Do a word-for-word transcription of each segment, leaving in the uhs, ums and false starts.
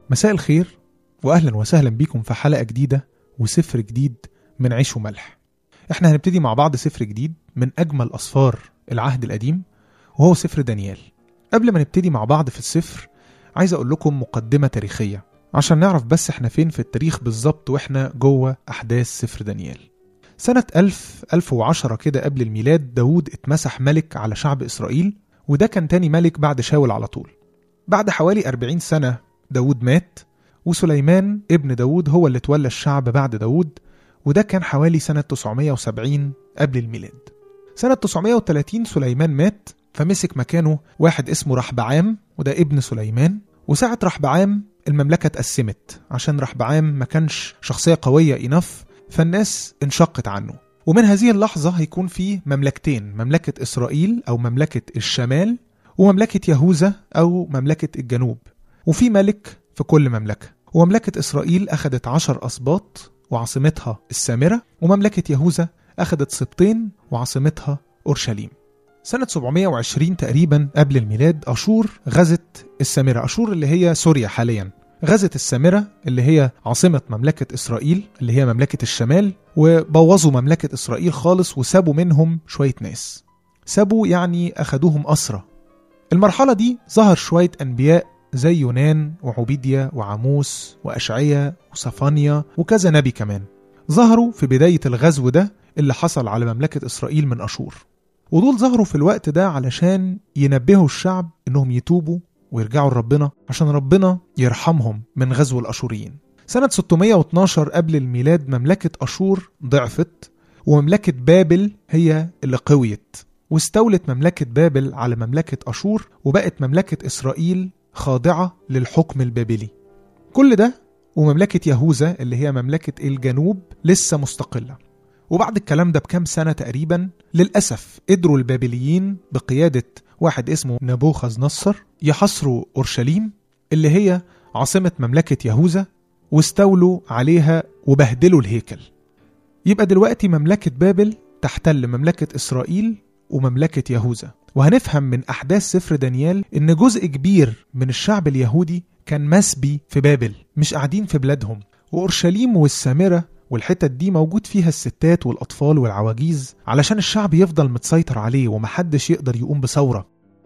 مساء الخير وأهلا وسهلا بيكم في حلقة جديدة وسفر جديد من عيش وملح. احنا هنبتدي مع بعض سفر جديد من أجمل أسفار العهد القديم وهو سفر دانيال. قبل ما نبتدي مع بعض في السفر عايز أقول لكم مقدمة تاريخية عشان نعرف بس احنا فين في التاريخ بالظبط واحنا جوه أحداث سفر دانيال. سنة ألف ألف وعشرة كده قبل الميلاد داود اتمسح ملك على شعب إسرائيل، وده كان تاني ملك بعد شاول على طول. بعد حوالي أربعين سنة داود مات، وسليمان ابن داود هو اللي تولى الشعب بعد داود، وده كان حوالي سنة تسعمائة وسبعين قبل الميلاد. سنة تسعمائة وثلاثين سليمان مات، فمسك مكانه واحد اسمه رحبعام وده ابن سليمان. وساعة رحبعام المملكة اتقسمت عشان رحبعام ما كانش شخصية قوية إنف، فالناس انشقت عنه. ومن هذه اللحظة هيكون في مملكتين، مملكة إسرائيل أو مملكة الشمال، ومملكة يهوذا أو مملكة الجنوب، وفي ملك في كل مملكة. ومملكة إسرائيل أخذت عشر أسباط وعاصمتها السامرة، ومملكة يهوذا أخذت سبطين وعاصمتها أورشليم. سنة سبعمائة وعشرين تقريبا قبل الميلاد أشور غزت السامرة، أشور اللي هي سوريا حاليا، غزت السامرة اللي هي عاصمة مملكة إسرائيل اللي هي مملكة الشمال، وبوظوا مملكة إسرائيل خالص وسابوا منهم شوية ناس. سابوا يعني أخدوهم أسرى. المرحلة دي ظهر شوية أنبياء زي يونان وعبيديا وعاموس وأشعيا وصفانيا وكذا نبي كمان، ظهروا في بداية الغزو ده اللي حصل على مملكة إسرائيل من أشور. ودول ظهروا في الوقت ده علشان ينبهوا الشعب إنهم يتوبوا ويرجعوا لربنا عشان ربنا يرحمهم من غزو الأشوريين. سنة ستمائة واثناشر قبل الميلاد مملكة أشور ضعفت، ومملكة بابل هي اللي قويت، واستولت مملكة بابل على مملكة أشور، وبقت مملكة إسرائيل خاضعة للحكم البابلي. كل ده ومملكة يهوذا اللي هي مملكة الجنوب لسه مستقلة. وبعد الكلام ده بكام سنة تقريبا للأسف قدروا البابليين بقيادة واحد اسمه نبوخذ نصر يحصروا أورشليم اللي هي عاصمة مملكة يهوذا، واستولوا عليها وبهدلوا الهيكل. يبقى دلوقتي مملكة بابل تحتل مملكة إسرائيل ومملكة يهوذا. وهنفهم من أحداث سفر دانيال إن جزء كبير من الشعب اليهودي كان مسبي في بابل، مش قاعدين في بلادهم. وأورشليم والسامرة والحتت دي موجود فيها الستات والأطفال والعواجيز علشان الشعب يفضل متسيطر عليه ومحدش يقدر يقوم بثورة.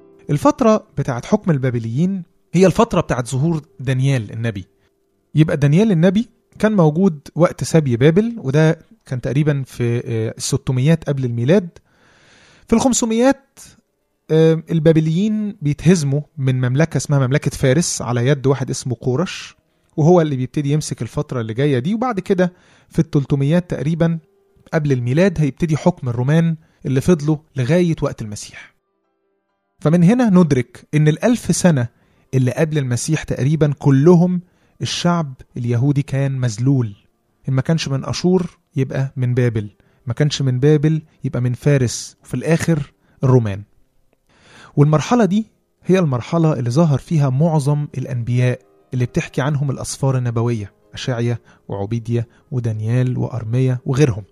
الفترة بتاعت حكم البابليين هي الفترة بتاعت ظهور دانيال النبي. يبقى دانيال النبي كان موجود وقت سبي بابل، وده كان تقريبا في الستميات قبل الميلاد. في الخمسميات البابليين بيتهزموا من مملكة اسمها مملكة فارس على يد واحد اسمه قورش، وهو اللي بيبتدي يمسك الفترة اللي جاية دي. وبعد كده في الثلاثميات تقريبا قبل الميلاد هيبتدي حكم الرومان اللي فضلوا لغاية وقت المسيح. فمن هنا ندرك ان الألف سنة اللي قبل المسيح تقريبا كلهم الشعب اليهودي كان مذلول. إن ما كانش من أشور يبقى من بابل، ما كانش من بابل يبقى من فارس، وفي الآخر الرومان. والمرحلة دي هي المرحلة اللي ظهر فيها معظم الأنبياء اللي بتحكي عنهم الأسفار النبوية، أشعيا وعبيديا ودانيال وأرميا وغيرهم.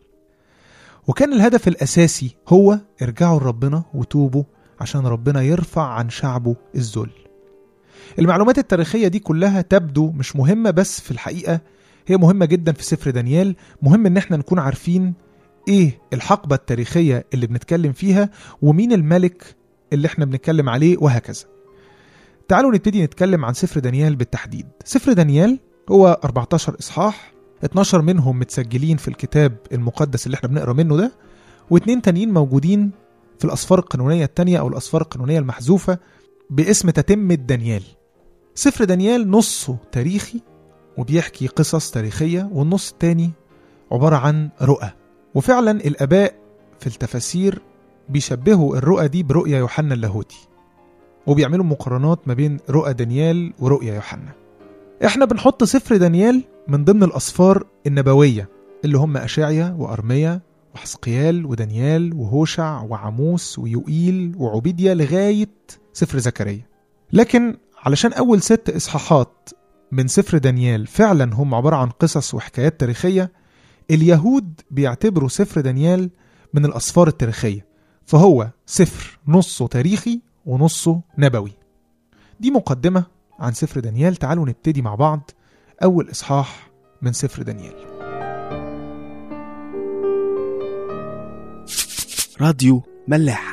وكان الهدف الأساسي هو ارجعوا لربنا وتوبوا عشان ربنا يرفع عن شعبه الذل. المعلومات التاريخية دي كلها تبدو مش مهمة، بس في الحقيقة هي مهمة جدا في سفر دانيال. مهم ان احنا نكون عارفين ايه الحقبة التاريخية اللي بنتكلم فيها ومين الملك اللي احنا بنتكلم عليه وهكذا. تعالوا نبتدي نتكلم عن سفر دانيال بالتحديد. سفر دانيال هو أربعة عشر إصحاح، اتناشر منهم متسجلين في الكتاب المقدس اللي احنا بنقرأ منه ده، واثنين تانيين موجودين في الأسفار القانونية التانية أو الأسفار القانونية المحذوفة باسم تتمة دانيال. سفر دانيال نصه تاريخي وبيحكي قصص تاريخية، والنص التاني عبارة عن رؤى. وفعلا الآباء في التفاسير بيشبهوا الرؤى دي برؤيا يوحنا اللاهوتي، وبيعملوا مقارنات ما بين رؤى دانيال ورؤيا يوحنا. احنا بنحط سفر دانيال من ضمن الأسفار النبوية اللي هم أشعيا وأرميا وحزقيال ودانيال وهوشع وعاموس ويوئيل وعبيديا لغاية سفر زكريا. لكن علشان أول ست إصحاحات من سفر دانيال فعلا هم عبارة عن قصص وحكايات تاريخية، اليهود بيعتبروا سفر دانيال من الأسفار التاريخية، فهو سفر نصه تاريخي ونصه نبوي. دي مقدمة عن سفر دانيال تعالوا نبتدي مع بعض أول إصحاح من سفر دانيال. راديو ملاح.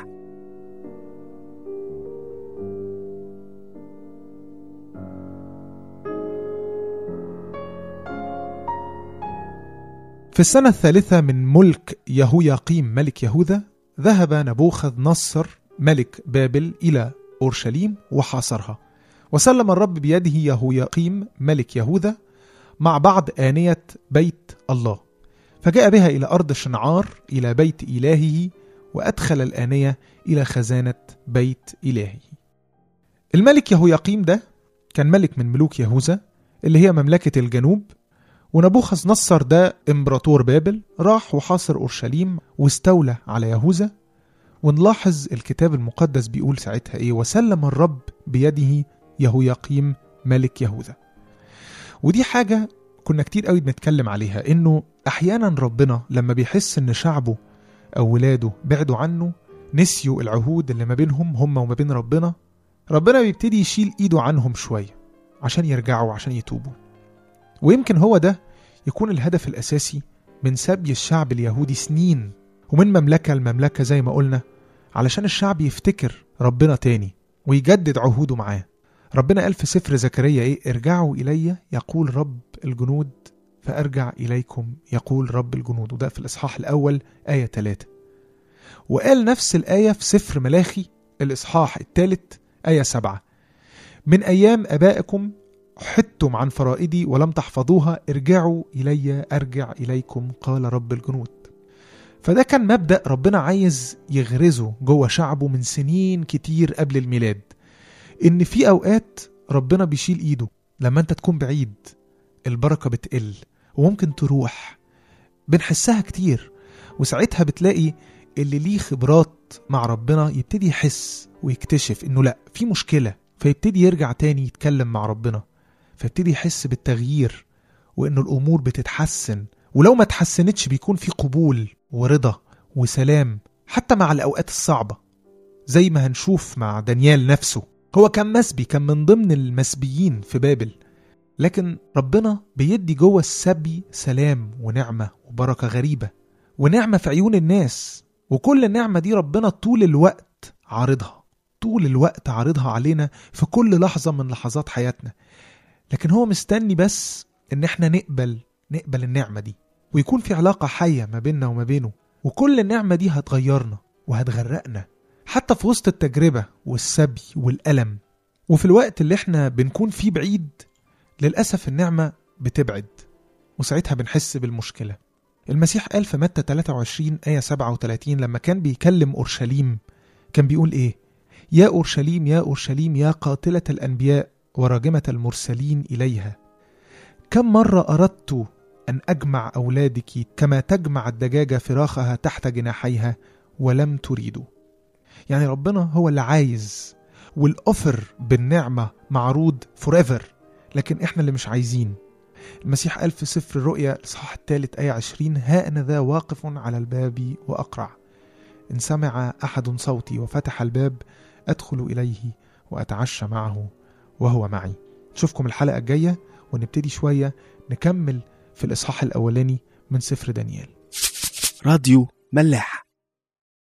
في السنة الثالثة من ملك يهوياقيم ملك يهوذا ذهب نبوخذ نصر ملك بابل إلى أورشليم وحاصرها، وسلم الرب بيده يهوياقيم ملك يهوذا مع بعض آنية بيت الله، فجاء بها إلى أرض شنعار إلى بيت إلهه، وأدخل الآنية إلى خزانة بيت إلهه. الملك يهوياقيم ده كان ملك من ملوك يهوذا اللي هي مملكة الجنوب، ونبوخذ نصر ده امبراطور بابل راح وحاصر أورشليم واستولى على يهوذا. ونلاحظ الكتاب المقدس بيقول ساعتها ايه: وسلم الرب بيده يهوياقيم ملك يهوذا. ودي حاجة كنا كتير قوي بنتكلم عليها، انه احيانا ربنا لما بيحس ان شعبه او ولاده بعدوا عنه، نسيوا العهود اللي ما بينهم هم وما بين ربنا، ربنا بيبتدي يشيل ايده عنهم شوية عشان يرجعوا عشان يتوبوا. ويمكن هو ده يكون الهدف الأساسي من سبي الشعب اليهودي سنين ومن مملكة لمملكة زي ما قلنا، علشان الشعب يفتكر ربنا تاني ويجدد عهوده معاه. ربنا قال في سفر زكريا ايه: ارجعوا إلي يقول رب الجنود فأرجع إليكم يقول رب الجنود، وده في الإصحاح الأول آية ثلاثة. وقال نفس الآية في سفر ملاخي الإصحاح الثالث آية سبعة: من أيام أبائكم حدتم عن فرائدي ولم تحفظوها، ارجعوا إلي أرجع إليكم قال رب الجنود. فده كان مبدأ ربنا عايز يغرزه جوه شعبه من سنين كتير قبل الميلاد، إن في أوقات ربنا بيشيل إيده لما أنت تكون بعيد، البركة بتقل وممكن تروح، بنحسها كتير. وساعتها بتلاقي اللي ليه خبرات مع ربنا يبتدي يحس ويكتشف إنه لأ، في مشكلة، فيبتدي يرجع تاني يتكلم مع ربنا، فيبتدي يحس بالتغيير وإنه الأمور بتتحسن، ولو ما تحسنتش بيكون في قبول ورضا وسلام حتى مع الأوقات الصعبة، زي ما هنشوف مع دانيال نفسه. هو كان مسبي، كان من ضمن المسبيين في بابل، لكن ربنا بيدي جوه السبي سلام ونعمة وبركة غريبة ونعمة في عيون الناس، وكل النعمة دي ربنا طول الوقت عارضها، طول الوقت عارضها علينا في كل لحظة من لحظات حياتنا. لكن هو مستني بس ان احنا نقبل نقبل النعمة دي، ويكون في علاقة حية ما بيننا وما بينه، وكل النعمة دي هتغيرنا وهتغرقنا حتى في وسط التجربة والسبي والألم. وفي الوقت اللي احنا بنكون فيه بعيد، للأسف النعمة بتبعد، وساعتها بنحس بالمشكلة. المسيح قال في متى ثلاثة وعشرين آية سبعة وثلاثين لما كان بيكلم أورشليم، كان بيقول ايه: يا أورشليم يا أورشليم يا قاتلة الأنبياء وراجمة المرسلين إليها، كم مرة أردت أن أجمع أولادك كما تجمع الدجاجة فراخها تحت جناحيها ولم تريدوا. يعني ربنا هو اللي عايز، والأوفر بالنعمة معروض forever، لكن إحنا اللي مش عايزين. المسيح قال في سفر الرؤيا الإصحاح الثالث آية عشرين: ها أنا ذا واقف على الباب وأقرع، إن سمع أحد صوتي وفتح الباب أدخل إليه وأتعشى معه وهو معي. نشوفكم الحلقة الجاية ونبتدي شوية نكمل في الإصحاح الأولاني من سفر دانيال. راديو ملاح.